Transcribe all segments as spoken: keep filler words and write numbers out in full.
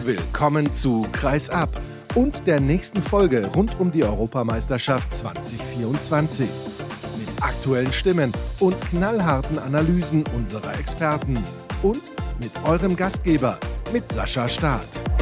Willkommen zu Kreis ab und der nächsten Folge rund um die Europameisterschaft zwanzig vierundzwanzig. Mit aktuellen Stimmen und knallharten Analysen unserer Experten. Und mit eurem Gastgeber, mit Sascha Staat.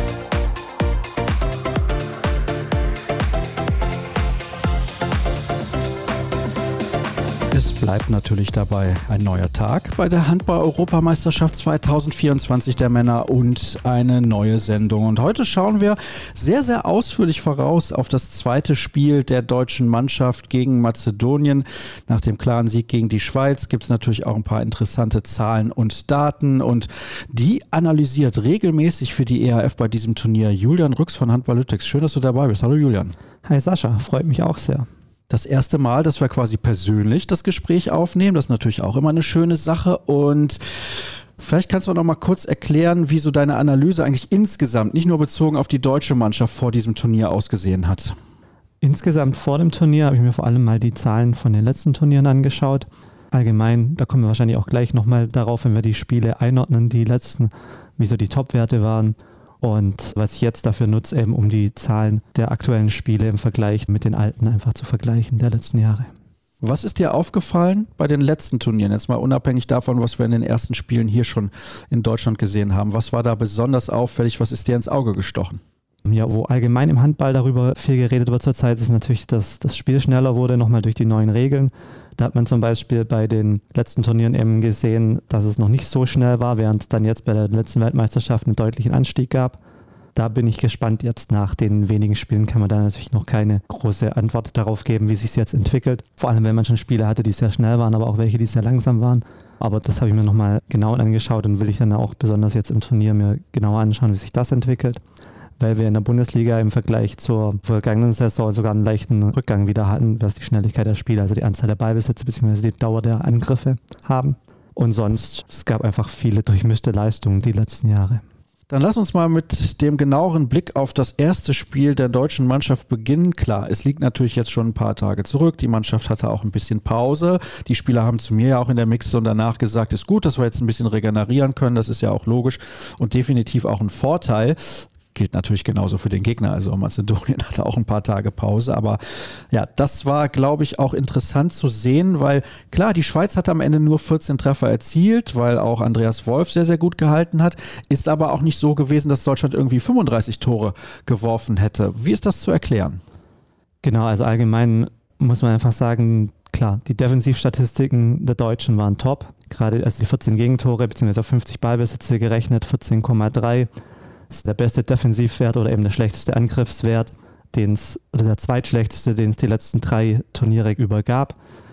Es bleibt natürlich dabei ein neuer Tag bei der Handball-Europameisterschaft zwanzig vierundzwanzig der Männer und eine neue Sendung. Und heute schauen wir sehr, sehr ausführlich voraus auf das zweite Spiel der deutschen Mannschaft gegen Mazedonien. Nach dem klaren Sieg gegen die Schweiz gibt es natürlich auch ein paar interessante Zahlen und Daten und die analysiert regelmäßig für die E H F bei diesem Turnier Julian Rüx von Handballytics. Schön, dass du dabei bist. Hallo Julian. Hi Sascha, freut mich auch sehr. Das erste Mal, dass wir quasi persönlich das Gespräch aufnehmen, das ist natürlich auch immer eine schöne Sache und vielleicht kannst du auch noch mal kurz erklären, wie so deine Analyse eigentlich insgesamt, nicht nur bezogen auf die deutsche Mannschaft vor diesem Turnier ausgesehen hat. Insgesamt vor dem Turnier habe ich mir vor allem mal die Zahlen von den letzten Turnieren angeschaut. Allgemein, da kommen wir wahrscheinlich auch gleich nochmal darauf, wenn wir die Spiele einordnen, die letzten, wie so die Top-Werte waren. Und was ich jetzt dafür nutze, eben um die Zahlen der aktuellen Spiele im Vergleich mit den alten einfach zu vergleichen der letzten Jahre. Was ist dir aufgefallen bei den letzten Turnieren? Jetzt mal unabhängig davon, was wir in den ersten Spielen hier schon in Deutschland gesehen haben. Was war da besonders auffällig? Was ist dir ins Auge gestochen? Ja, wo allgemein im Handball darüber viel geredet wird zurzeit, ist natürlich, dass das Spiel schneller wurde, nochmal durch die neuen Regeln. Da hat man zum Beispiel bei den letzten Turnieren eben gesehen, dass es noch nicht so schnell war, während es dann jetzt bei der letzten Weltmeisterschaft einen deutlichen Anstieg gab. Da bin ich gespannt. Jetzt nach den wenigen Spielen kann man da natürlich noch keine große Antwort darauf geben, wie sich es jetzt entwickelt. Vor allem, wenn man schon Spiele hatte, die sehr schnell waren, aber auch welche, die sehr langsam waren. Aber das habe ich mir nochmal genau angeschaut und will ich dann auch besonders jetzt im Turnier mir genauer anschauen, wie sich das entwickelt. Weil wir in der Bundesliga im Vergleich zur vergangenen Saison sogar einen leichten Rückgang wieder hatten, was die Schnelligkeit der Spiele, also die Anzahl der Ballbesitze bzw. die Dauer der Angriffe haben. Und sonst, es gab einfach viele durchmischte Leistungen die letzten Jahre. Dann lass uns mal mit dem genaueren Blick auf das erste Spiel der deutschen Mannschaft beginnen. Klar, es liegt natürlich jetzt schon ein paar Tage zurück. Die Mannschaft hatte auch ein bisschen Pause. Die Spieler haben zu mir ja auch in der Mixzone danach gesagt, ist gut, dass wir jetzt ein bisschen regenerieren können. Das ist ja auch logisch und definitiv auch ein Vorteil. Gilt natürlich genauso für den Gegner. Also Mazedonien hatte auch ein paar Tage Pause. Aber ja, das war, glaube ich, auch interessant zu sehen, weil klar, die Schweiz hat am Ende nur vierzehn Treffer erzielt, weil auch Andreas Wolf sehr, sehr gut gehalten hat. Ist aber auch nicht so gewesen, dass Deutschland irgendwie fünfunddreißig Tore geworfen hätte. Wie ist das zu erklären? Genau, also allgemein muss man einfach sagen, klar, die Defensivstatistiken der Deutschen waren top. Gerade also die vierzehn Gegentore bzw. auf fünfzig Ballbesitze gerechnet, vierzehn Komma drei. Das ist der beste Defensivwert oder eben der schlechteste Angriffswert, den es, oder der zweitschlechteste, den es die letzten drei Turniere über gab.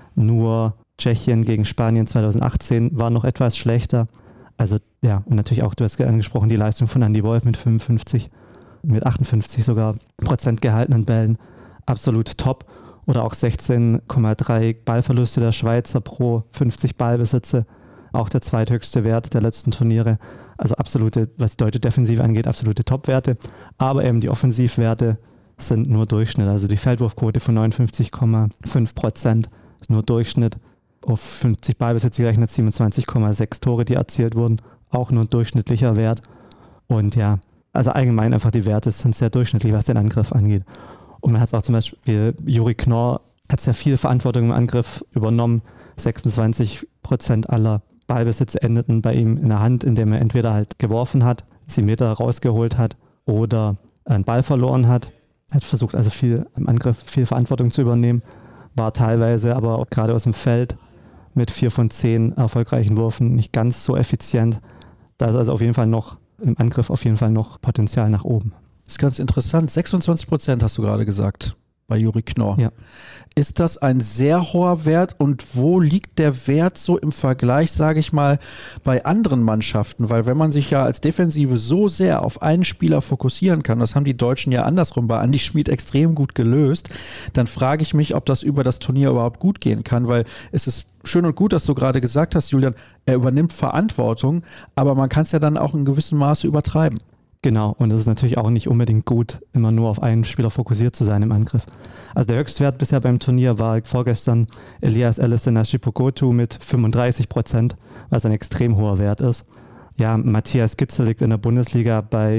Nur Tschechien gegen Spanien zweitausendachtzehn war noch etwas schlechter. Also ja, und natürlich auch, du hast angesprochen, die Leistung von Andy Wolf mit fünfundfünfzig, mit achtundfünfzig sogar Prozent gehaltenen Bällen, absolut top. Oder auch sechzehn Komma drei Ballverluste der Schweizer pro fünfzig Ballbesitze. Auch der zweithöchste Wert der letzten Turniere. Also absolute, was die deutsche Defensive angeht, absolute Top-Werte. Aber eben die Offensivwerte sind nur Durchschnitt. Also die Feldwurfquote von neunundfünfzig Komma fünf Prozent ist nur Durchschnitt. Auf fünfzig Ballbesitz gerechnet siebenundzwanzig Komma sechs Tore, die erzielt wurden. Auch nur ein durchschnittlicher Wert. Und ja, also allgemein einfach die Werte sind sehr durchschnittlich, was den Angriff angeht. Und man hat es auch zum Beispiel, Juri Knorr hat sehr viel Verantwortung im Angriff übernommen. sechsundzwanzig Prozent aller Ballbesitze endeten bei ihm in der Hand, indem er entweder halt geworfen hat, sie Meter rausgeholt hat oder einen Ball verloren hat. Er hat versucht also viel im Angriff, viel Verantwortung zu übernehmen, war teilweise aber auch gerade aus dem Feld mit vier von zehn erfolgreichen Würfen nicht ganz so effizient. Da ist also auf jeden Fall noch im Angriff auf jeden Fall noch Potenzial nach oben. Das ist ganz interessant. sechsundzwanzig Prozent hast du gerade gesagt bei Juri Knorr. Ja. Ist das ein sehr hoher Wert und wo liegt der Wert so im Vergleich, sage ich mal, bei anderen Mannschaften? Weil wenn man sich ja als Defensive so sehr auf einen Spieler fokussieren kann, das haben die Deutschen ja andersrum bei Andi Schmid extrem gut gelöst, dann frage ich mich, ob das über das Turnier überhaupt gut gehen kann, weil es ist schön und gut, dass du gerade gesagt hast, Julian, er übernimmt Verantwortung, aber man kann es ja dann auch in gewissem Maße übertreiben. Genau, und es ist natürlich auch nicht unbedingt gut, immer nur auf einen Spieler fokussiert zu sein im Angriff. Also der Höchstwert bisher beim Turnier war vorgestern Elias Elefsena-Shipokotu mit fünfunddreißig Prozent, was ein extrem hoher Wert ist. Ja, Matthias Gitzel liegt in der Bundesliga bei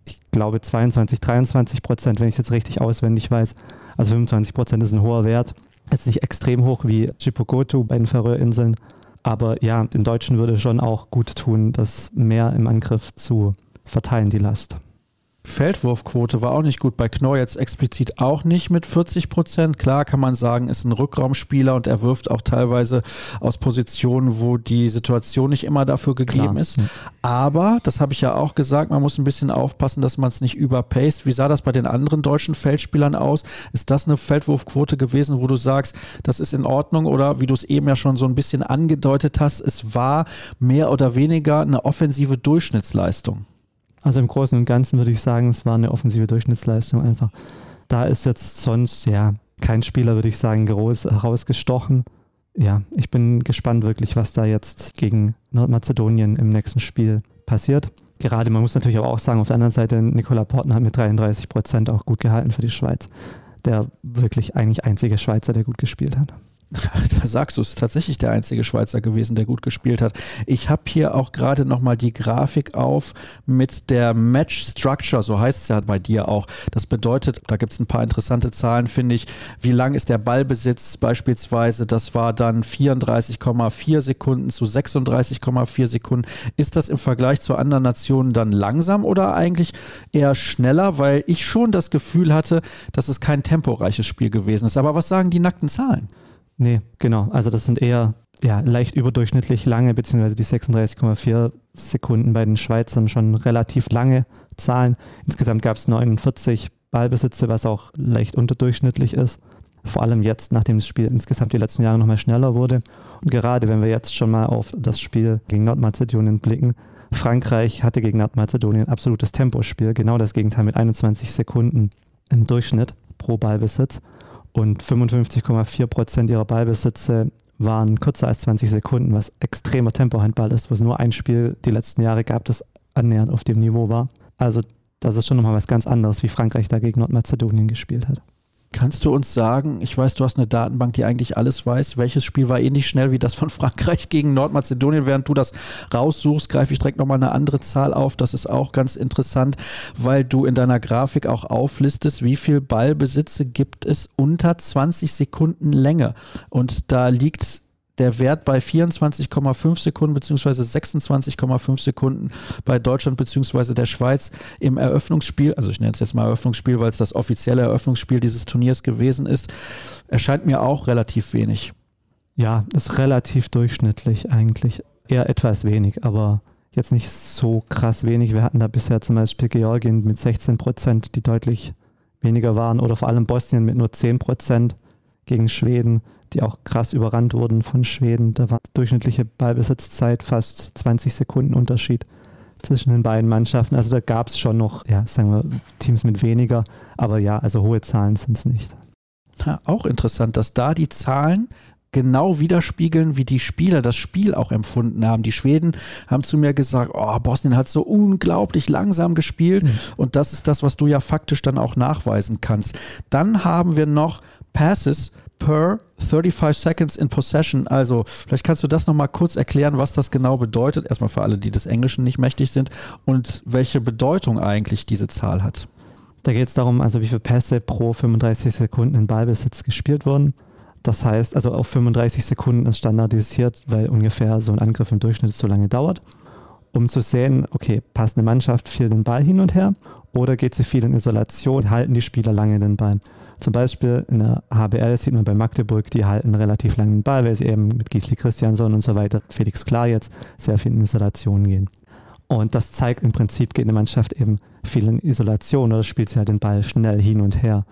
ich glaube zweiundzwanzig, dreiundzwanzig Prozent, wenn ich es jetzt richtig auswendig weiß. Also fünfundzwanzig Prozent ist ein hoher Wert. Jetzt nicht extrem hoch wie Shikoku bei den Färöerinseln. Aber ja, den Deutschen würde schon auch gut tun, das mehr im Angriff zu verteilen, die Last. Feldwurfquote war auch nicht gut. Bei Knorr jetzt explizit auch nicht mit vierzig Prozent. Klar kann man sagen, ist ein Rückraumspieler und er wirft auch teilweise aus Positionen, wo die Situation nicht immer dafür gegeben Klar. ist. Aber, das habe ich ja auch gesagt, man muss ein bisschen aufpassen, dass man es nicht überpaced. Wie sah das bei den anderen deutschen Feldspielern aus? Ist das eine Feldwurfquote gewesen, wo du sagst, das ist in Ordnung? Oder wie du es eben ja schon so ein bisschen angedeutet hast, es war mehr oder weniger eine offensive Durchschnittsleistung? Also im Großen und Ganzen würde ich sagen, es war eine offensive Durchschnittsleistung einfach. Da ist jetzt sonst, ja, kein Spieler, würde ich sagen, groß herausgestochen. Ja, ich bin gespannt wirklich, was da jetzt gegen Nordmazedonien im nächsten Spiel passiert. Gerade, man muss natürlich aber auch sagen, auf der anderen Seite, Nikola Portner hat mit dreiunddreißig Prozent auch gut gehalten für die Schweiz. Der wirklich eigentlich einzige Schweizer, der gut gespielt hat. Da sagst du, es ist tatsächlich der einzige Schweizer gewesen, der gut gespielt hat. Ich habe hier auch gerade nochmal die Grafik auf mit der Match Structure, so heißt es ja bei dir auch. Das bedeutet, da gibt es ein paar interessante Zahlen, finde ich. Wie lang ist der Ballbesitz beispielsweise? Das war dann vierunddreißig Komma vier Sekunden zu sechsunddreißig Komma vier Sekunden. Ist das im Vergleich zu anderen Nationen dann langsam oder eigentlich eher schneller? Weil ich schon das Gefühl hatte, dass es kein temporeiches Spiel gewesen ist. Aber was sagen die nackten Zahlen? Nee, genau. Also das sind eher ja, leicht überdurchschnittlich lange, beziehungsweise die sechsunddreißig Komma vier Sekunden bei den Schweizern schon relativ lange Zahlen. Insgesamt gab es neunundvierzig Ballbesitze, was auch leicht unterdurchschnittlich ist. Vor allem jetzt, nachdem das Spiel insgesamt die letzten Jahre nochmal schneller wurde. Und gerade wenn wir jetzt schon mal auf das Spiel gegen Nordmazedonien blicken, Frankreich hatte gegen Nordmazedonien absolutes Tempospiel, genau das Gegenteil mit einundzwanzig Sekunden im Durchschnitt pro Ballbesitz. Und fünfundfünfzig Komma vier Prozent ihrer Ballbesitze waren kürzer als zwanzig Sekunden, was extremer Tempohandball ist, wo es nur ein Spiel die letzten Jahre gab, das annähernd auf dem Niveau war. Also das ist schon nochmal was ganz anderes, wie Frankreich da gegen Nordmazedonien gespielt hat. Kannst du uns sagen, ich weiß, du hast eine Datenbank, die eigentlich alles weiß, welches Spiel war ähnlich schnell wie das von Frankreich gegen Nordmazedonien? Während du das raussuchst, greife ich direkt nochmal eine andere Zahl auf. Das ist auch ganz interessant, weil du in deiner Grafik auch auflistest, wie viel Ballbesitze gibt es unter zwanzig Sekunden Länge. Und da liegt der Wert bei vierundzwanzig Komma fünf Sekunden bzw. sechsundzwanzig Komma fünf Sekunden bei Deutschland bzw. der Schweiz im Eröffnungsspiel, also ich nenne es jetzt mal Eröffnungsspiel, weil es das offizielle Eröffnungsspiel dieses Turniers gewesen ist, erscheint mir auch relativ wenig. Ja, ist relativ durchschnittlich eigentlich. Eher etwas wenig, aber jetzt nicht so krass wenig. Wir hatten da bisher zum Beispiel Georgien mit sechzehn Prozent, die deutlich weniger waren, oder vor allem Bosnien mit nur zehn Prozent gegen Schweden, die auch krass überrannt wurden von Schweden. Da war die durchschnittliche Ballbesitzzeit fast zwanzig Sekunden Unterschied zwischen den beiden Mannschaften. Also da gab es schon noch, ja, sagen wir, Teams mit weniger, aber ja, also hohe Zahlen sind es nicht. Ja, auch interessant, dass da die Zahlen genau widerspiegeln, wie die Spieler das Spiel auch empfunden haben. Die Schweden haben zu mir gesagt, oh, Bosnien hat so unglaublich langsam gespielt, mhm. und das ist das, was du ja faktisch dann auch nachweisen kannst. Dann haben wir noch Passes per thirty-five seconds in possession. Also vielleicht kannst du das nochmal kurz erklären, was das genau bedeutet. Erstmal für alle, die des Englischen nicht mächtig sind, und welche Bedeutung eigentlich diese Zahl hat. Da geht es darum, also wie viele Pässe pro fünfunddreißig Sekunden in Ballbesitz gespielt wurden. Das heißt, also auf fünfunddreißig Sekunden ist standardisiert, weil ungefähr so ein Angriff im Durchschnitt so lange dauert, um zu sehen, okay, passt eine Mannschaft viel den Ball hin und her oder geht sie viel in Isolation, halten die Spieler lange den Ball. Zum Beispiel in der H B L sieht man bei Magdeburg, die halten relativ lange den Ball, weil sie eben mit Gisli Christiansson und so weiter, Felix Klar jetzt, sehr viel in Isolation gehen. Und das zeigt im Prinzip, geht eine Mannschaft eben viel in Isolation oder spielt sie halt den Ball schnell hin und her.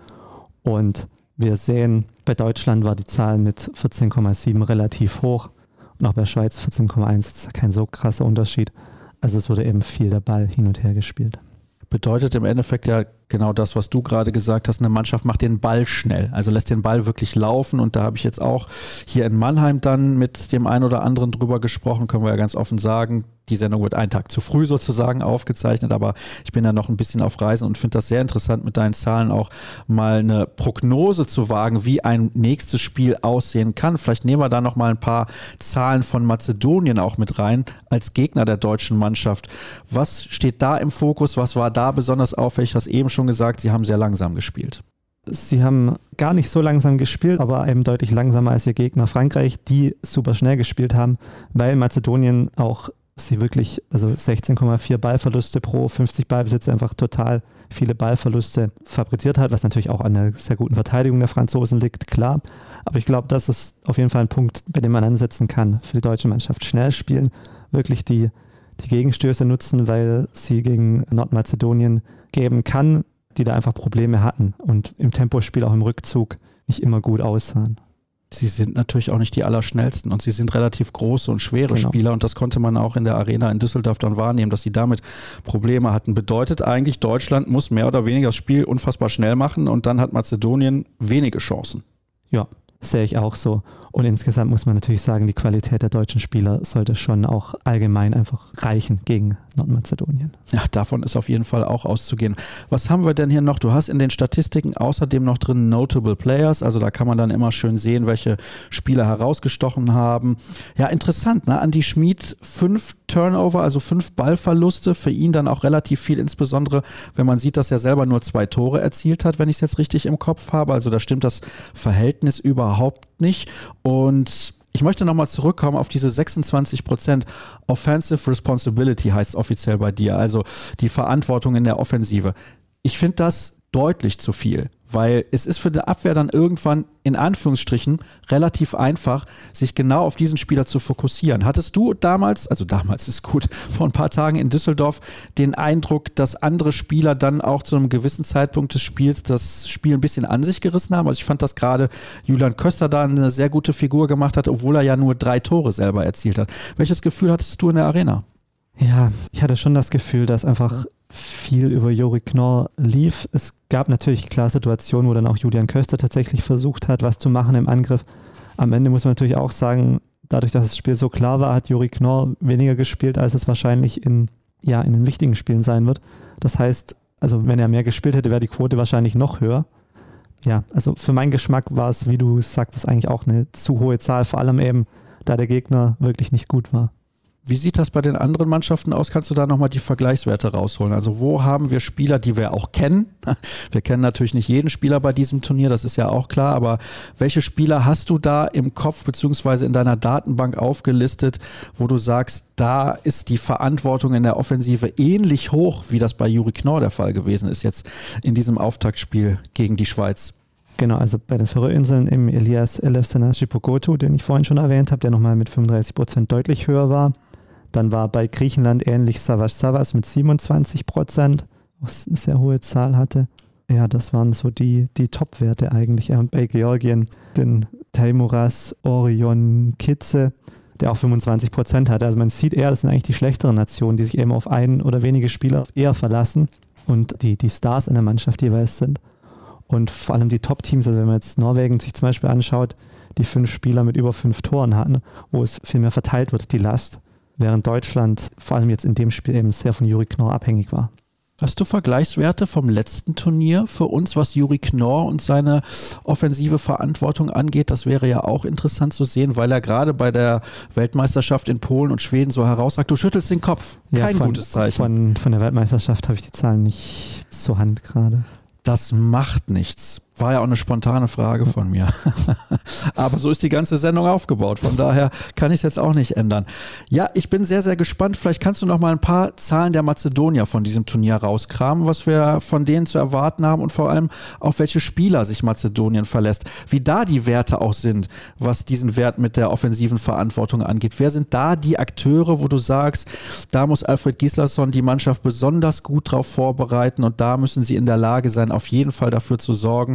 Und wir sehen, bei Deutschland war die Zahl mit vierzehn Komma sieben relativ hoch und auch bei Schweiz vierzehn Komma eins, das ist kein so krasser Unterschied. Also es wurde eben viel der Ball hin und her gespielt. Bedeutet im Endeffekt ja genau das, was du gerade gesagt hast, eine Mannschaft macht den Ball schnell, also lässt den Ball wirklich laufen, und da habe ich jetzt auch hier in Mannheim dann mit dem einen oder anderen drüber gesprochen, können wir ja ganz offen sagen, Die Sendung wird einen Tag zu früh sozusagen aufgezeichnet, aber ich bin ja noch ein bisschen auf Reisen und finde das sehr interessant, mit deinen Zahlen auch mal eine Prognose zu wagen, wie ein nächstes Spiel aussehen kann. Vielleicht nehmen wir da noch mal ein paar Zahlen von Mazedonien auch mit rein als Gegner der deutschen Mannschaft. Was steht da im Fokus? Was war da besonders auffällig? Ich habe es eben schon gesagt, sie haben sehr langsam gespielt. Sie haben gar nicht so langsam gespielt, aber eben deutlich langsamer als ihr Gegner Frankreich, die super schnell gespielt haben, weil Mazedonien auch sie wirklich, also sechzehn Komma vier Ballverluste pro fünfzig Ballbesitz, einfach total viele Ballverluste fabriziert hat, was natürlich auch an der sehr guten Verteidigung der Franzosen liegt, klar. Aber ich glaube, das ist auf jeden Fall ein Punkt, bei dem man ansetzen kann für die deutsche Mannschaft. Schnell spielen, wirklich die, die Gegenstöße nutzen, weil sie gegen Nordmazedonien geben kann, die da einfach Probleme hatten und im Tempospiel, auch im Rückzug, nicht immer gut aussahen. Sie sind natürlich auch nicht die Allerschnellsten und sie sind relativ große und schwere Genau. Spieler und das konnte man auch in der Arena in Düsseldorf dann wahrnehmen, dass sie damit Probleme hatten. Bedeutet eigentlich, Deutschland muss mehr oder weniger das Spiel unfassbar schnell machen und dann hat Mazedonien wenige Chancen. Ja, sehe ich auch so. Und insgesamt muss man natürlich sagen, die Qualität der deutschen Spieler sollte schon auch allgemein einfach reichen gegen Nordmazedonien. Ja, davon ist auf jeden Fall auch auszugehen. Was haben wir denn hier noch? Du hast in den Statistiken außerdem noch drin Notable Players, also da kann man dann immer schön sehen, welche Spieler herausgestochen haben. Ja, interessant, ne? Andi Schmid, fünf Turnover, also fünf Ballverluste, für ihn dann auch relativ viel, insbesondere wenn man sieht, dass er selber nur zwei Tore erzielt hat, wenn ich es jetzt richtig im Kopf habe, also da stimmt das Verhältnis überhaupt nicht. Und ich möchte nochmal zurückkommen auf diese sechsundzwanzig Prozent Offensive Responsibility, heißt es offiziell bei dir, also die Verantwortung in der Offensive. Ich finde das deutlich zu viel, weil es ist für die Abwehr dann irgendwann in Anführungsstrichen relativ einfach, sich genau auf diesen Spieler zu fokussieren. Hattest du damals, also damals ist gut, vor ein paar Tagen in Düsseldorf den Eindruck, dass andere Spieler dann auch zu einem gewissen Zeitpunkt des Spiels das Spiel ein bisschen an sich gerissen haben? Also ich fand, dass gerade Julian Köster da eine sehr gute Figur gemacht hat, obwohl er ja nur drei Tore selber erzielt hat. Welches Gefühl hattest du in der Arena? Ja, ich hatte schon das Gefühl, dass einfach viel über Juri Knorr lief. Es gab natürlich klar Situationen, wo dann auch Julian Köster tatsächlich versucht hat, was zu machen im Angriff. Am Ende muss man natürlich auch sagen, dadurch, dass das Spiel so klar war, hat Juri Knorr weniger gespielt, als es wahrscheinlich in, ja, in den wichtigen Spielen sein wird. Das heißt, also wenn er mehr gespielt hätte, wäre die Quote wahrscheinlich noch höher. Ja, also für meinen Geschmack war es, wie du sagtest, eigentlich auch eine zu hohe Zahl, vor allem eben, da der Gegner wirklich nicht gut war. Wie sieht das bei den anderen Mannschaften aus? Kannst du da nochmal die Vergleichswerte rausholen? Also wo haben wir Spieler, die wir auch kennen? Wir kennen natürlich nicht jeden Spieler bei diesem Turnier, das ist ja auch klar, aber welche Spieler hast du da im Kopf beziehungsweise in deiner Datenbank aufgelistet, wo du sagst, da ist die Verantwortung in der Offensive ähnlich hoch, wie das bei Juri Knorr der Fall gewesen ist jetzt in diesem Auftaktspiel gegen die Schweiz? Genau, also bei den Färöerinseln im Elias Elefsanaci-Pogotou, den ich vorhin schon erwähnt habe, der nochmal mit fünfunddreißig Prozent deutlich höher war. Dann war bei Griechenland ähnlich Savas Savas mit siebenundzwanzig Prozent, was eine sehr hohe Zahl hatte. Ja, das waren so die, die Top-Werte eigentlich. Und bei Georgien den Teimuras Orion Kitze, der auch fünfundzwanzig Prozent hatte. Also man sieht eher, das sind eigentlich die schlechteren Nationen, die sich eben auf ein oder wenige Spieler eher verlassen und die, die Stars in der Mannschaft jeweils sind. Und vor allem die Top-Teams, also wenn man jetzt Norwegen sich zum Beispiel anschaut, die fünf Spieler mit über fünf Toren hatten, wo es viel mehr verteilt wird, die Last. Während Deutschland vor allem jetzt in dem Spiel eben sehr von Juri Knorr abhängig war. Hast du Vergleichswerte vom letzten Turnier für uns, was Juri Knorr und seine offensive Verantwortung angeht? Das wäre ja auch interessant zu sehen, weil er gerade bei der Weltmeisterschaft in Polen und Schweden so herausragt, du schüttelst den Kopf. Kein ja, von, gutes Zeichen. Von, von der Weltmeisterschaft habe ich die Zahlen nicht zur Hand gerade. Das macht nichts. War ja auch eine spontane Frage von mir. Aber so ist die ganze Sendung aufgebaut. Von daher kann ich es jetzt auch nicht ändern. Ja, ich bin sehr, sehr gespannt. Vielleicht kannst du noch mal ein paar Zahlen der Mazedonier von diesem Turnier rauskramen, was wir von denen zu erwarten haben und vor allem auf welche Spieler sich Mazedonien verlässt. Wie da die Werte auch sind, was diesen Wert mit der offensiven Verantwortung angeht. Wer sind da die Akteure, wo du sagst, da muss Alfred Gislason die Mannschaft besonders gut drauf vorbereiten und da müssen sie in der Lage sein, auf jeden Fall dafür zu sorgen,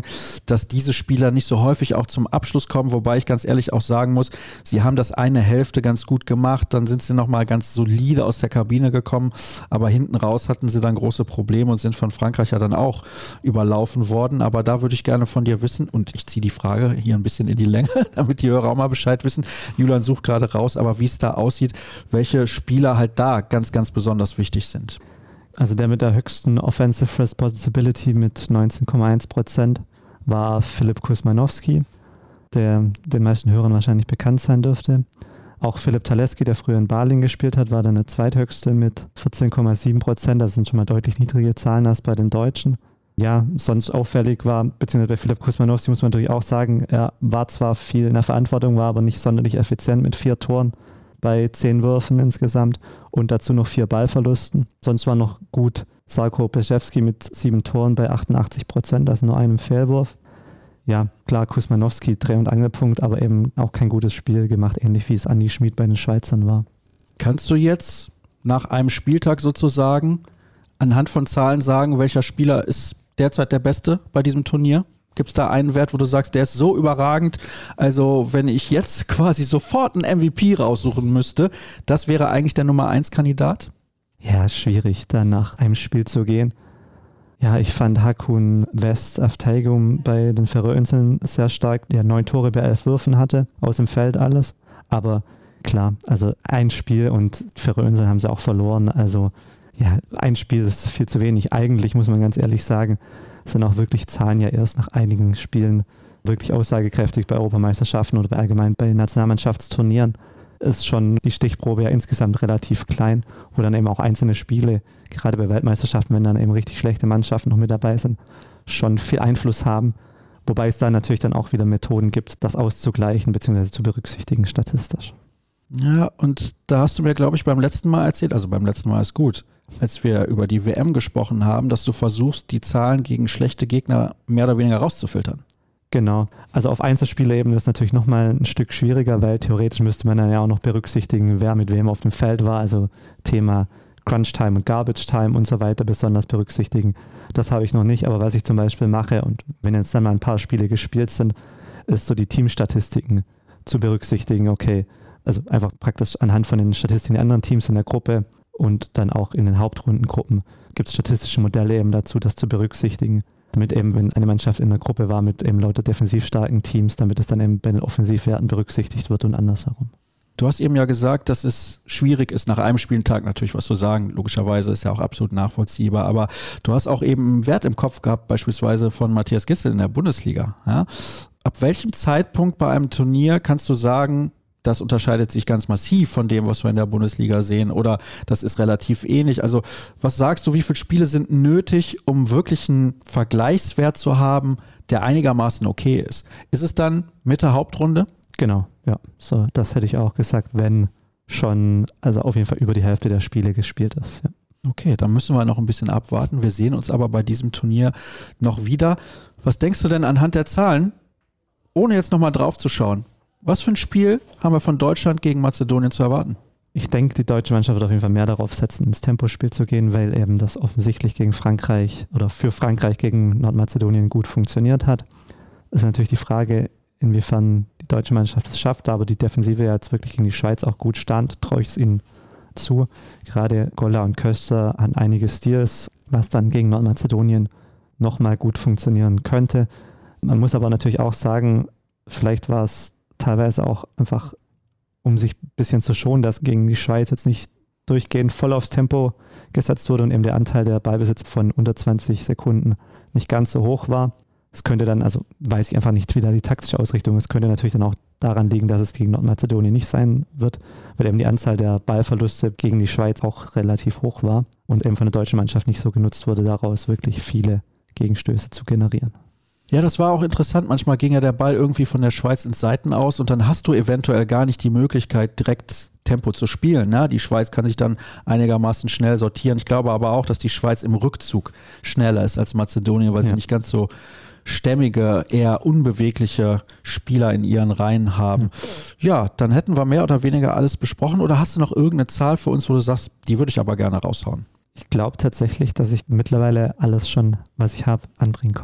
dass diese Spieler nicht so häufig auch zum Abschluss kommen, wobei ich ganz ehrlich auch sagen muss, sie haben das eine Hälfte ganz gut gemacht, dann sind sie nochmal ganz solide aus der Kabine gekommen, aber hinten raus hatten sie dann große Probleme und sind von Frankreich ja dann auch überlaufen worden, aber da würde ich gerne von dir wissen, und ich ziehe die Frage hier ein bisschen in die Länge, damit die Hörer auch mal Bescheid wissen, Julian sucht gerade raus, aber wie es da aussieht, welche Spieler halt da ganz, ganz besonders wichtig sind. Also der mit der höchsten Offensive Responsibility mit neunzehn Komma eins Prozent war Filip Kuzmanowski, der den meisten Hörern wahrscheinlich bekannt sein dürfte. Auch Philipp Taleski, der früher in Baling gespielt hat, war dann der zweithöchste mit vierzehn Komma sieben Prozent. Das sind schon mal deutlich niedrige Zahlen als bei den Deutschen. Ja, sonst auffällig war, beziehungsweise bei Filip Kuzmanowski muss man natürlich auch sagen, er war zwar viel in der Verantwortung, war aber nicht sonderlich effizient mit vier Toren bei zehn Würfen insgesamt und dazu noch vier Ballverlusten. Sonst war noch gut Sarko Peschewski mit sieben Toren bei achtundachtzig Prozent, also nur einem Fehlwurf. Ja, klar, Kuzmanowski Dreh- und Angelpunkt, aber eben auch kein gutes Spiel gemacht, ähnlich wie es Andi Schmid bei den Schweizern war. Kannst du jetzt nach einem Spieltag sozusagen anhand von Zahlen sagen, welcher Spieler ist derzeit der Beste bei diesem Turnier? Gibt es da einen Wert, wo du sagst, der ist so überragend, also wenn ich jetzt quasi sofort einen M V P raussuchen müsste, das wäre eigentlich der Nummer eins Kandidat? Ja, schwierig, da nach einem Spiel zu gehen. Ja, ich fand Hakun West Aftaigum bei den Färöerinseln sehr stark, der neun Tore bei elf Würfen hatte, aus dem Feld alles. Aber klar, also ein Spiel und Färöerinseln haben sie auch verloren, also ja, ein Spiel ist viel zu wenig. Eigentlich muss man ganz ehrlich sagen, sind auch wirklich Zahlen ja erst nach einigen Spielen wirklich aussagekräftig bei Europameisterschaften oder bei allgemein bei Nationalmannschaftsturnieren. Ist schon die Stichprobe ja insgesamt relativ klein, wo dann eben auch einzelne Spiele, gerade bei Weltmeisterschaften, wenn dann eben richtig schlechte Mannschaften noch mit dabei sind, schon viel Einfluss haben. Wobei es da natürlich dann auch wieder Methoden gibt, das auszugleichen bzw. zu berücksichtigen statistisch. Ja, und da hast du mir, glaube ich, beim letzten Mal erzählt, also beim letzten Mal ist gut, als wir über die W M gesprochen haben, dass du versuchst, die Zahlen gegen schlechte Gegner mehr oder weniger rauszufiltern. Genau, also auf Einzelspielebene ist es natürlich nochmal ein Stück schwieriger, weil theoretisch müsste man dann ja auch noch berücksichtigen, wer mit wem auf dem Feld war, also Thema Crunch Time und Garbage Time und so weiter besonders berücksichtigen. Das habe ich noch nicht, aber was ich zum Beispiel mache und wenn jetzt dann mal ein paar Spiele gespielt sind, ist so die Teamstatistiken zu berücksichtigen, okay, also einfach praktisch anhand von den Statistiken der anderen Teams in der Gruppe und dann auch in den Hauptrundengruppen gibt es statistische Modelle eben dazu, das zu berücksichtigen, damit eben, wenn eine Mannschaft in der Gruppe war mit eben lauter defensiv starken Teams, damit es dann eben bei den Offensivwerten berücksichtigt wird und andersherum. Du hast eben ja gesagt, dass es schwierig ist, nach einem Spieltag natürlich was zu sagen. Logischerweise ist ja auch absolut nachvollziehbar, aber du hast auch eben einen Wert im Kopf gehabt, beispielsweise von Matthias Gisdel in der Bundesliga. Ja? Ab welchem Zeitpunkt bei einem Turnier kannst du sagen, das unterscheidet sich ganz massiv von dem, was wir in der Bundesliga sehen, oder das ist relativ ähnlich? Also was sagst du, wie viele Spiele sind nötig, um wirklich einen Vergleichswert zu haben, der einigermaßen okay ist? Ist es dann Mitte Hauptrunde? Genau, ja, so, das hätte ich auch gesagt, wenn schon, also auf jeden Fall über die Hälfte der Spiele gespielt ist. Ja. Okay, dann müssen wir noch ein bisschen abwarten. Wir sehen uns aber bei diesem Turnier noch wieder. Was denkst du denn anhand der Zahlen, ohne jetzt nochmal drauf zu schauen? Was für ein Spiel haben wir von Deutschland gegen Mazedonien zu erwarten? Ich denke, die deutsche Mannschaft wird auf jeden Fall mehr darauf setzen, ins Tempospiel zu gehen, weil eben das offensichtlich gegen Frankreich oder für Frankreich gegen Nordmazedonien gut funktioniert hat. Ist natürlich die Frage, inwiefern die deutsche Mannschaft es schafft, aber die Defensive ja jetzt wirklich gegen die Schweiz auch gut stand, traue ich es ihnen zu. Gerade Golla und Köster haben einige Steals, was dann gegen Nordmazedonien nochmal gut funktionieren könnte. Man muss aber natürlich auch sagen, vielleicht war es teilweise auch einfach, um sich ein bisschen zu schonen, dass gegen die Schweiz jetzt nicht durchgehend voll aufs Tempo gesetzt wurde und eben der Anteil der Ballbesitz von unter zwanzig Sekunden nicht ganz so hoch war. Es könnte dann, also weiß ich einfach nicht, wie da die taktische Ausrichtung ist, könnte natürlich dann auch daran liegen, dass es gegen Nordmazedonien nicht sein wird, weil eben die Anzahl der Ballverluste gegen die Schweiz auch relativ hoch war und eben von der deutschen Mannschaft nicht so genutzt wurde, daraus wirklich viele Gegenstöße zu generieren. Ja, das war auch interessant. Manchmal ging ja der Ball irgendwie von der Schweiz ins Seiten aus und dann hast du eventuell gar nicht die Möglichkeit, direkt Tempo zu spielen. Ne? Die Schweiz kann sich dann einigermaßen schnell sortieren. Ich glaube aber auch, dass die Schweiz im Rückzug schneller ist als Mazedonien, weil ja. sie nicht ganz so stämmige, eher unbewegliche Spieler in ihren Reihen haben. Ja. ja, dann hätten wir mehr oder weniger alles besprochen. Oder hast du noch irgendeine Zahl für uns, wo du sagst, die würde ich aber gerne raushauen? Ich glaube tatsächlich, dass ich mittlerweile alles schon, was ich habe, anbringen konnte.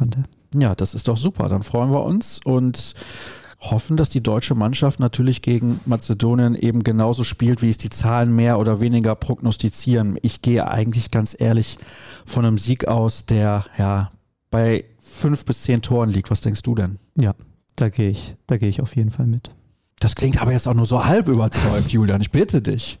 Ja, das ist doch super. Dann freuen wir uns und hoffen, dass die deutsche Mannschaft natürlich gegen Mazedonien eben genauso spielt, wie es die Zahlen mehr oder weniger prognostizieren. Ich gehe eigentlich ganz ehrlich von einem Sieg aus, der ja bei fünf bis zehn Toren liegt. Was denkst du denn? Ja, da gehe ich, da gehe ich auf jeden Fall mit. Das klingt aber jetzt auch nur so halb überzeugt, Julian. Ich bitte dich.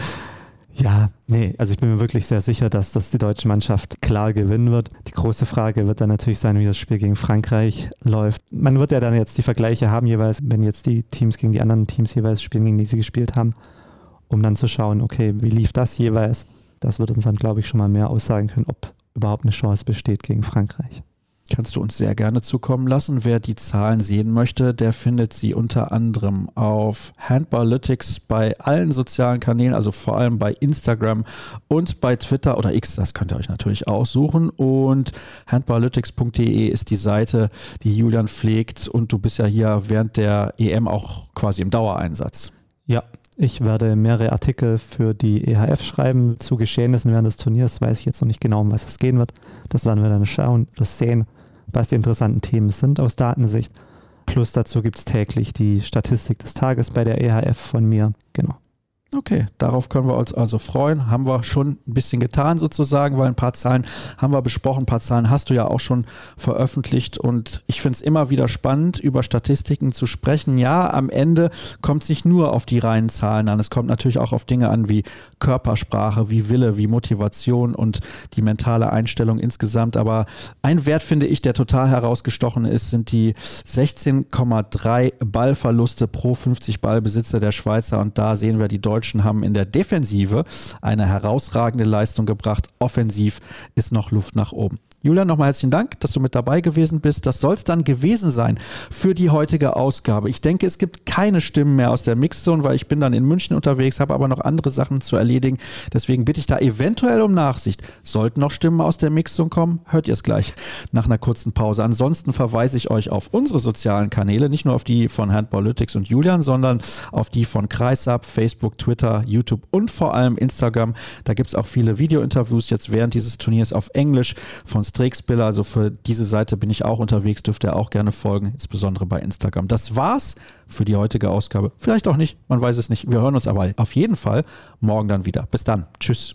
Ja, nee, also ich bin mir wirklich sehr sicher, dass das die deutsche Mannschaft klar gewinnen wird. Die große Frage wird dann natürlich sein, wie das Spiel gegen Frankreich läuft. Man wird ja dann jetzt die Vergleiche haben jeweils, wenn jetzt die Teams gegen die anderen Teams jeweils spielen, gegen die sie gespielt haben, um dann zu schauen, okay, wie lief das jeweils? Das wird uns dann, glaube ich, schon mal mehr aussagen können, ob überhaupt eine Chance besteht gegen Frankreich. Kannst du uns sehr gerne zukommen lassen. Wer die Zahlen sehen möchte, der findet sie unter anderem auf Handballytics bei allen sozialen Kanälen, also vor allem bei Instagram und bei Twitter oder X, das könnt ihr euch natürlich aussuchen. Und handballytics punkt de ist die Seite, die Julian pflegt, und du bist ja hier während der E M auch quasi im Dauereinsatz. Ja, ich werde mehrere Artikel für die E H F schreiben zu Geschehnissen während des Turniers. Weiß ich jetzt noch nicht genau, um was es gehen wird. Das werden wir dann schauen, das sehen, was die interessanten Themen sind aus Datensicht. Plus dazu gibt es täglich die Statistik des Tages bei der E H F von mir. Genau. Okay, darauf können wir uns also freuen. Haben wir schon ein bisschen getan sozusagen, weil ein paar Zahlen haben wir besprochen, ein paar Zahlen hast du ja auch schon veröffentlicht, und ich finde es immer wieder spannend, über Statistiken zu sprechen. Ja, am Ende kommt es nicht nur auf die reinen Zahlen an, es kommt natürlich auch auf Dinge an wie Körpersprache, wie Wille, wie Motivation und die mentale Einstellung insgesamt. Aber ein Wert, finde ich, der total herausgestochen ist, sind die sechzehn Komma drei Ballverluste pro fünfzig Ballbesitzer der Schweizer, und da sehen wir, die Deutschen haben in der Defensive eine herausragende Leistung gebracht. Offensiv ist noch Luft nach oben. Julian, nochmal herzlichen Dank, dass du mit dabei gewesen bist. Das soll es dann gewesen sein für die heutige Ausgabe. Ich denke, es gibt keine Stimmen mehr aus der Mixzone, weil ich bin dann in München unterwegs, habe aber noch andere Sachen zu erledigen. Deswegen bitte ich da eventuell um Nachsicht. Sollten noch Stimmen aus der Mixzone kommen, hört ihr es gleich nach einer kurzen Pause. Ansonsten verweise ich euch auf unsere sozialen Kanäle, nicht nur auf die von Handballytics und Julian, sondern auf die von Kreisab, Facebook, Twitter, YouTube und vor allem Instagram. Da gibt es auch viele Videointerviews jetzt während dieses Turniers auf Englisch von Strixbiller, also für diese Seite bin ich auch unterwegs, dürft ihr auch gerne folgen, insbesondere bei Instagram. Das war's für die heutige Ausgabe. Vielleicht auch nicht, man weiß es nicht. Wir hören uns aber auf jeden Fall morgen dann wieder. Bis dann. Tschüss.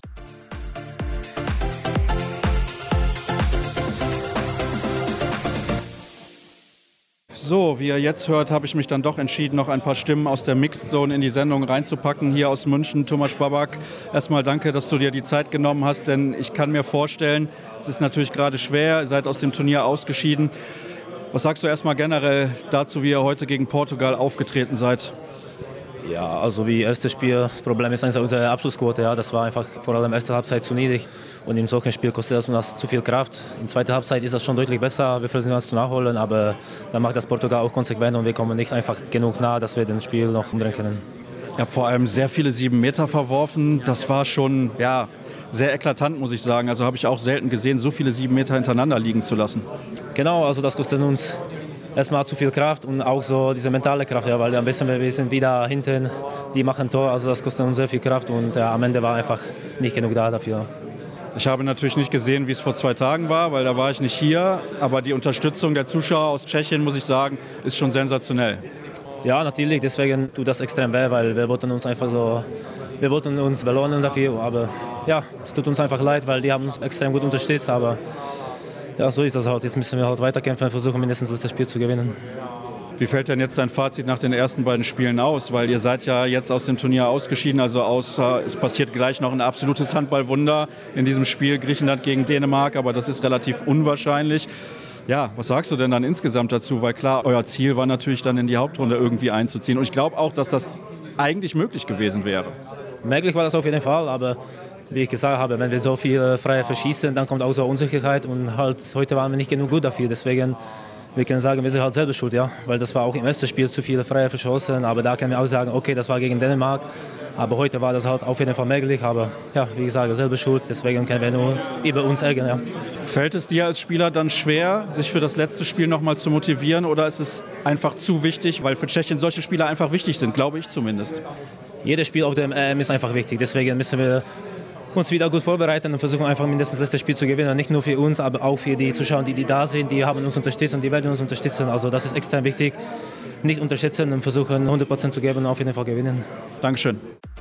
So, wie ihr jetzt hört, habe ich mich dann doch entschieden, noch ein paar Stimmen aus der Mixed Zone in die Sendung reinzupacken. Hier aus München, Tomasz Babak. Erstmal danke, dass du dir die Zeit genommen hast, denn ich kann mir vorstellen, es ist natürlich gerade schwer, ihr seid aus dem Turnier ausgeschieden. Was sagst du erstmal generell dazu, wie ihr heute gegen Portugal aufgetreten seid? Ja, also wie erstes Spiel, Problem ist einfach unsere Abschlussquote. Ja, das war einfach vor allem erste Halbzeit zu niedrig. Und in solchen Spiel kostet das uns zu viel Kraft. In zweiter Halbzeit ist das schon deutlich besser. Wir versuchen das zu nachholen, aber dann macht das Portugal auch konsequent und wir kommen nicht einfach genug nah, dass wir das Spiel noch umdrehen können. Ja, vor allem sehr viele sieben Meter verworfen. Das war schon ja, sehr eklatant, muss ich sagen. Also habe ich auch selten gesehen, so viele sieben Meter hintereinander liegen zu lassen. Genau, also das kostet uns erstmal zu viel Kraft und auch so diese mentale Kraft, ja, weil am besten wir sind wieder hinten, die machen Tor, also das kostet uns sehr viel Kraft und ja, am Ende war einfach nicht genug da dafür. Ich habe natürlich nicht gesehen, wie es vor zwei Tagen war, weil da war ich nicht hier, aber die Unterstützung der Zuschauer aus Tschechien, muss ich sagen, ist schon sensationell. Ja, natürlich, deswegen tut das extrem weh, weil wir wollten uns einfach so, wir wollten uns belohnen dafür, aber ja, es tut uns einfach leid, weil die haben uns extrem gut unterstützt, aber ja, so ist das halt. Jetzt müssen wir halt weiterkämpfen und versuchen, mindestens das Spiel zu gewinnen. Wie fällt denn jetzt dein Fazit nach den ersten beiden Spielen aus? Weil ihr seid ja jetzt aus dem Turnier ausgeschieden, also außer es passiert gleich noch ein absolutes Handballwunder in diesem Spiel Griechenland gegen Dänemark, aber das ist relativ unwahrscheinlich. Ja, was sagst du denn dann insgesamt dazu? Weil klar, euer Ziel war natürlich dann in die Hauptrunde irgendwie einzuziehen. Und ich glaube auch, dass das eigentlich möglich gewesen wäre. Möglich war das auf jeden Fall, aber wie ich gesagt habe, wenn wir so viel frei verschießen, dann kommt auch so Unsicherheit und halt heute waren wir nicht genug gut dafür. Deswegen, wir können sagen, wir sind halt selber schuld, ja, weil das war auch im ersten Spiel zu viele freie verschossen, aber da können wir auch sagen, okay, das war gegen Dänemark, aber heute war das halt auf jeden Fall möglich, aber ja, wie gesagt, selber schuld, deswegen können wir nur über uns ärgern, ja. Fällt es dir als Spieler dann schwer, sich für das letzte Spiel nochmal zu motivieren oder ist es einfach zu wichtig, weil für Tschechien solche Spieler einfach wichtig sind, glaube ich zumindest? Jedes Spiel auf dem E M ist einfach wichtig, deswegen müssen wir uns wieder gut vorbereiten und versuchen einfach mindestens das letzte Spiel zu gewinnen. Nicht nur für uns, aber auch für die Zuschauer, die, die da sind. Die haben uns unterstützt und die werden uns unterstützen. Also das ist extrem wichtig. Nicht unterschätzen und versuchen hundert Prozent zu geben und auf jeden Fall gewinnen. Dankeschön.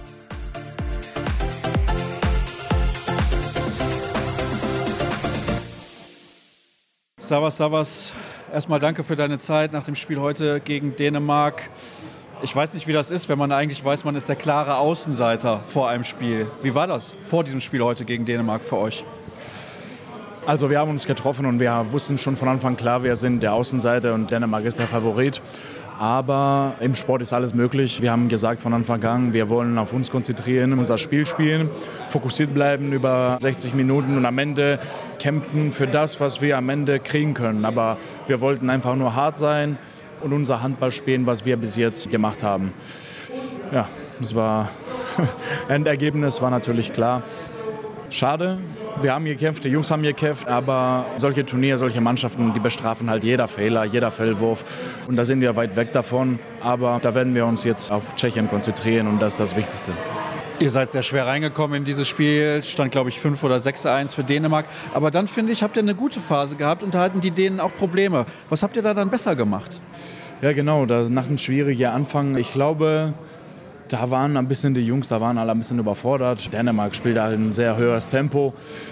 Savas, Savas, erstmal danke für deine Zeit nach dem Spiel heute gegen Dänemark. Ich weiß nicht, wie das ist, wenn man eigentlich weiß, man ist der klare Außenseiter vor einem Spiel. Wie war das vor diesem Spiel heute gegen Dänemark für euch? Also wir haben uns getroffen und wir wussten schon von Anfang klar, wir sind der Außenseiter und Dänemark ist der Favorit. Aber im Sport ist alles möglich. Wir haben gesagt von Anfang an, wir wollen auf uns konzentrieren, unser Spiel spielen, fokussiert bleiben über sechzig Minuten und am Ende kämpfen für das, was wir am Ende kriegen können. Aber wir wollten einfach nur hart sein und unser Handball spielen, was wir bis jetzt gemacht haben. Ja, das war Endergebnis war natürlich klar. Schade, wir haben gekämpft, die Jungs haben gekämpft, aber solche Turniere, solche Mannschaften, die bestrafen halt jeder Fehler, jeder Fehlwurf und da sind wir weit weg davon, aber da werden wir uns jetzt auf Tschechien konzentrieren und das ist das Wichtigste. Ihr seid sehr schwer reingekommen in dieses Spiel, stand glaube ich fünf oder sechs eins für Dänemark, aber dann finde ich, habt ihr eine gute Phase gehabt und da hatten die Dänen auch Probleme. Was habt ihr da dann besser gemacht? Ja genau, da, nach einem schwierigen Anfang, ich glaube, da waren ein bisschen die Jungs, da waren alle ein bisschen überfordert. Dänemark spielt halt ein sehr höheres Tempo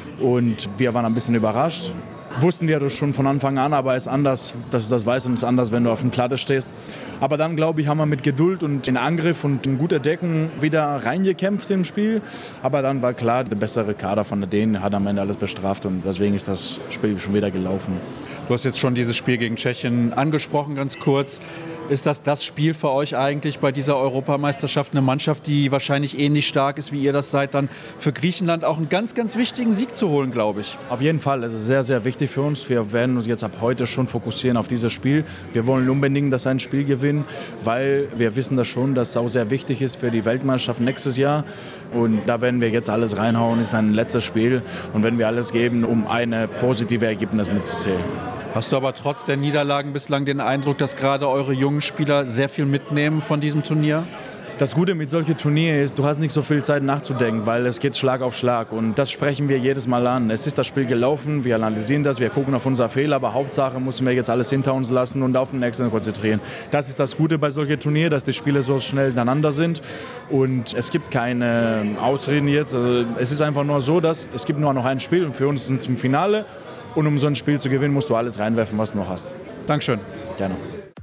und wir waren ein bisschen überrascht. Wussten wir das schon von Anfang an, aber es ist anders, dass du das weißt und es ist anders, wenn du auf der Platte stehst. Aber dann, glaube ich, haben wir mit Geduld und in Angriff und in guter Deckung wieder reingekämpft im Spiel. Aber dann war klar, der bessere Kader von der Dänen hat am Ende alles bestraft und deswegen ist das Spiel schon wieder gelaufen. Du hast jetzt schon dieses Spiel gegen Tschechien angesprochen, ganz kurz. Ist das das Spiel für euch eigentlich bei dieser Europameisterschaft? Eine Mannschaft, die wahrscheinlich ähnlich stark ist, wie ihr das seid, dann für Griechenland auch einen ganz, ganz wichtigen Sieg zu holen, glaube ich. Auf jeden Fall. Es ist sehr, sehr wichtig für uns. Wir werden uns jetzt ab heute schon fokussieren auf dieses Spiel. Wir wollen unbedingt das ein Spiel gewinnen, weil wir wissen das schon, dass es auch sehr wichtig ist für die Weltmeisterschaft nächstes Jahr. Und da werden wir jetzt alles reinhauen. Es ist ein letztes Spiel. Und wenn wir alles geben, um ein positives Ergebnis mitzuzählen. Hast du aber trotz der Niederlagen bislang den Eindruck, dass gerade eure jungen Spieler sehr viel mitnehmen von diesem Turnier? Das Gute mit solchen Turnieren ist, du hast nicht so viel Zeit nachzudenken, weil es geht Schlag auf Schlag und das sprechen wir jedes Mal an. Es ist das Spiel gelaufen, wir analysieren das, wir gucken auf unser Fehler, aber Hauptsache müssen wir jetzt alles hinter uns lassen und auf den nächsten konzentrieren. Das ist das Gute bei solchen Turnieren, dass die Spiele so schnell ineinander sind und es gibt keine Ausreden jetzt. Also es ist einfach nur so, dass es gibt nur noch ein Spiel und für uns ist es ein Finale. Und um so ein Spiel zu gewinnen, musst du alles reinwerfen, was du noch hast. Dankeschön. Gerne.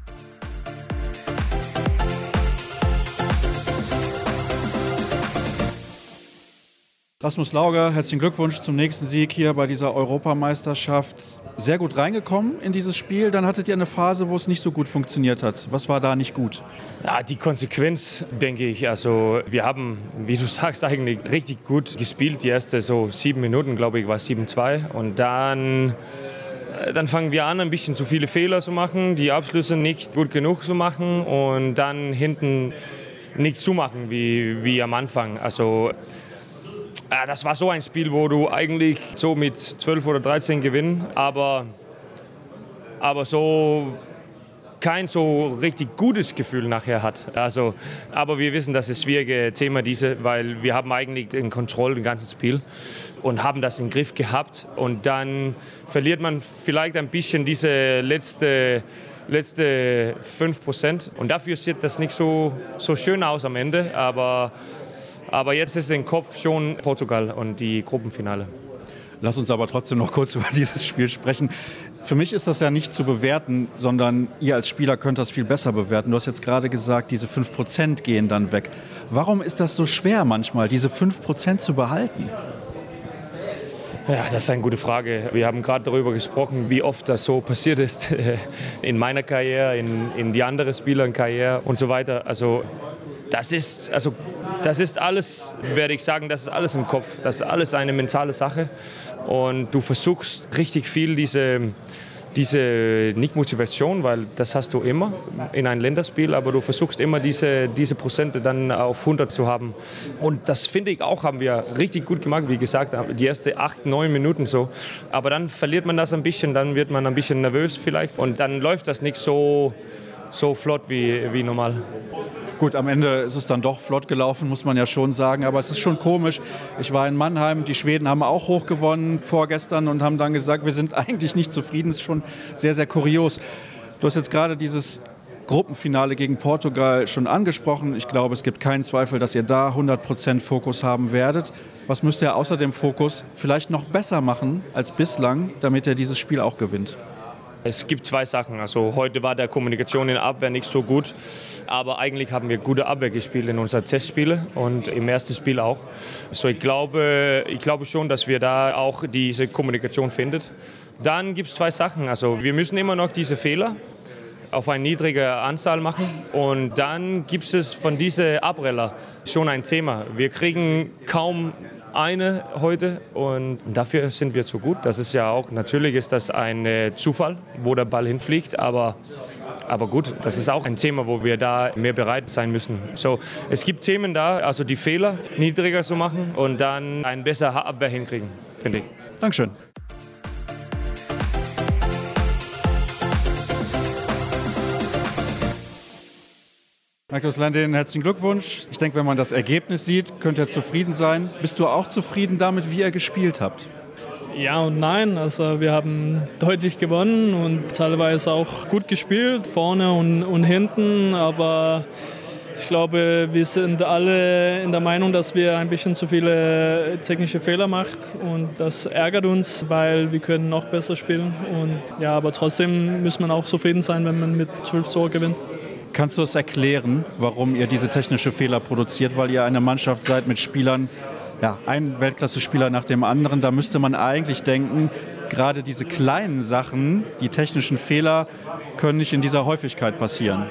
Rasmus Lauger, herzlichen Glückwunsch zum nächsten Sieg hier bei dieser Europameisterschaft. Sehr gut reingekommen in dieses Spiel. Dann hattet ihr eine Phase, wo es nicht so gut funktioniert hat. Was war da nicht gut? Ja, die Konsequenz, denke ich. Also wir haben, wie du sagst, eigentlich richtig gut gespielt. Die ersten so sieben Minuten, glaube ich, war es sieben zwei. Und dann, dann fangen wir an, ein bisschen zu viele Fehler zu machen, die Abschlüsse nicht gut genug zu machen und dann hinten nicht zu machen wie, wie am Anfang. Also ja, das war so ein Spiel, wo du eigentlich so mit zwölf oder dreizehn gewinnst, aber, aber so kein so richtig gutes Gefühl nachher hat. Also, aber wir wissen, das ist ein schwieriges Thema, diese, weil wir haben eigentlich in Kontrolle das ganze Spiel und haben das im Griff gehabt. Und dann verliert man vielleicht ein bisschen diese letzte, letzte fünf Prozent. Und dafür sieht das nicht so, so schön aus am Ende, aber Aber jetzt ist im Kopf schon Portugal und die Gruppenfinale. Lass uns aber trotzdem noch kurz über dieses Spiel sprechen. Für mich ist das ja nicht zu bewerten, sondern ihr als Spieler könnt das viel besser bewerten. Du hast jetzt gerade gesagt, diese fünf Prozent gehen dann weg. Warum ist das so schwer manchmal, diese fünf Prozent zu behalten? Ja, das ist eine gute Frage. Wir haben gerade darüber gesprochen, wie oft das so passiert ist in meiner Karriere, in, in die anderen Spielerkarriere und so weiter. Also das ist, also das ist alles, werde ich sagen, das ist alles im Kopf. Das ist alles eine mentale Sache. Und du versuchst richtig viel diese, diese nicht Motivation, weil das hast du immer in einem Länderspiel, aber du versuchst immer diese, diese Prozente dann auf hundert zu haben. Und das finde ich auch, haben wir richtig gut gemacht, wie gesagt, die ersten acht, neun Minuten so. Aber dann verliert man das ein bisschen, dann wird man ein bisschen nervös vielleicht und dann läuft das nicht so, so flott wie, wie normal. Gut, am Ende ist es dann doch flott gelaufen, muss man ja schon sagen. Aber es ist schon komisch. Ich war in Mannheim, die Schweden haben auch hoch gewonnen vorgestern und haben dann gesagt, wir sind eigentlich nicht zufrieden. Das ist schon sehr, sehr kurios. Du hast jetzt gerade dieses Gruppenfinale gegen Portugal schon angesprochen. Ich glaube, es gibt keinen Zweifel, dass ihr da hundert Prozent Fokus haben werdet. Was müsst ihr außer dem Fokus vielleicht noch besser machen als bislang, damit ihr dieses Spiel auch gewinnt? Es gibt zwei Sachen. Also heute war der Kommunikation in der Abwehr nicht so gut, aber eigentlich haben wir gute Abwehr gespielt in unseren Testspielen und im ersten Spiel auch. So ich glaube, ich glaube schon, dass wir da auch diese Kommunikation finden. Dann gibt es zwei Sachen. Also wir müssen immer noch diese Fehler auf eine niedrige Anzahl machen und dann gibt es von diesen Abreller schon ein Thema. Wir kriegen kaum eine heute und dafür sind wir zu gut. Das ist ja auch, natürlich ist das ein Zufall, wo der Ball hinfliegt, aber, aber gut, das ist auch ein Thema, wo wir da mehr bereit sein müssen. So, es gibt Themen da, also die Fehler niedriger zu machen und dann ein besserer Abwehr hinkriegen, finde ich. Dankeschön. Markus Landin, herzlichen Glückwunsch. Ich denke, wenn man das Ergebnis sieht, könnt ihr zufrieden sein. Bist du auch zufrieden damit, wie ihr gespielt habt? Ja und nein. Also wir haben deutlich gewonnen und teilweise auch gut gespielt, vorne und, und hinten. Aber ich glaube, wir sind alle in der Meinung, dass wir ein bisschen zu viele technische Fehler machen. Und das ärgert uns, weil wir können noch besser spielen. Und ja, aber trotzdem muss man auch zufrieden sein, wenn man mit zwölf Toren gewinnt. Kannst du es erklären, warum ihr diese technische Fehler produziert? Weil ihr eine Mannschaft seid mit Spielern, ja, ein Weltklasse-Spieler nach dem anderen. Da müsste man eigentlich denken, gerade diese kleinen Sachen, die technischen Fehler, können nicht in dieser Häufigkeit passieren.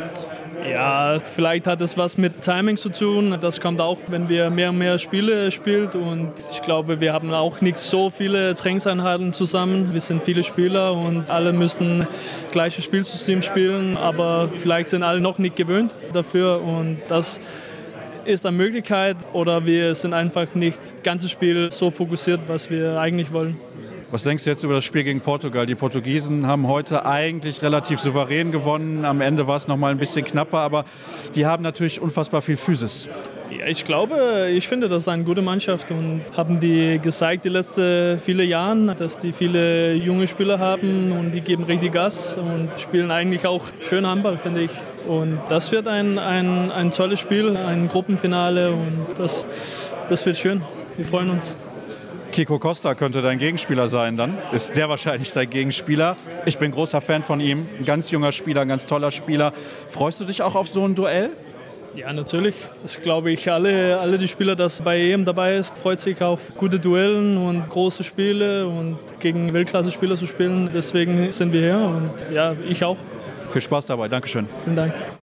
Ja, vielleicht hat es was mit Timing zu tun. Das kommt auch, wenn wir mehr und mehr Spiele spielen. Und ich glaube, wir haben auch nicht so viele Trainingseinheiten zusammen. Wir sind viele Spieler und alle müssen gleiches Spielsystem spielen. Aber vielleicht sind alle noch nicht gewöhnt dafür. Und das ist eine Möglichkeit. Oder wir sind einfach nicht das ganze Spiel so fokussiert, was wir eigentlich wollen. Was denkst du jetzt über das Spiel gegen Portugal? Die Portugiesen haben heute eigentlich relativ souverän gewonnen. Am Ende war es noch mal ein bisschen knapper, aber die haben natürlich unfassbar viel Physis. Ja, ich glaube, ich finde, das ist eine gute Mannschaft und haben die gezeigt die letzten viele Jahre, dass die viele junge Spieler haben und die geben richtig Gas und spielen eigentlich auch schön Handball, finde ich. Und das wird ein, ein, ein tolles Spiel, ein Gruppenfinale und das, das wird schön. Wir freuen uns. Kiko Costa könnte dein Gegenspieler sein dann. Ist sehr wahrscheinlich dein Gegenspieler. Ich bin großer Fan von ihm. Ein ganz junger Spieler, ein ganz toller Spieler. Freust du dich auch auf so ein Duell? Ja, natürlich. Das glaube ich, alle, alle die Spieler, die bei E M dabei ist, freut sich auf gute Duellen und große Spiele und gegen Weltklasse-Spieler zu spielen. Deswegen sind wir hier und ja, ich auch. Viel Spaß dabei. Dankeschön. Vielen Dank.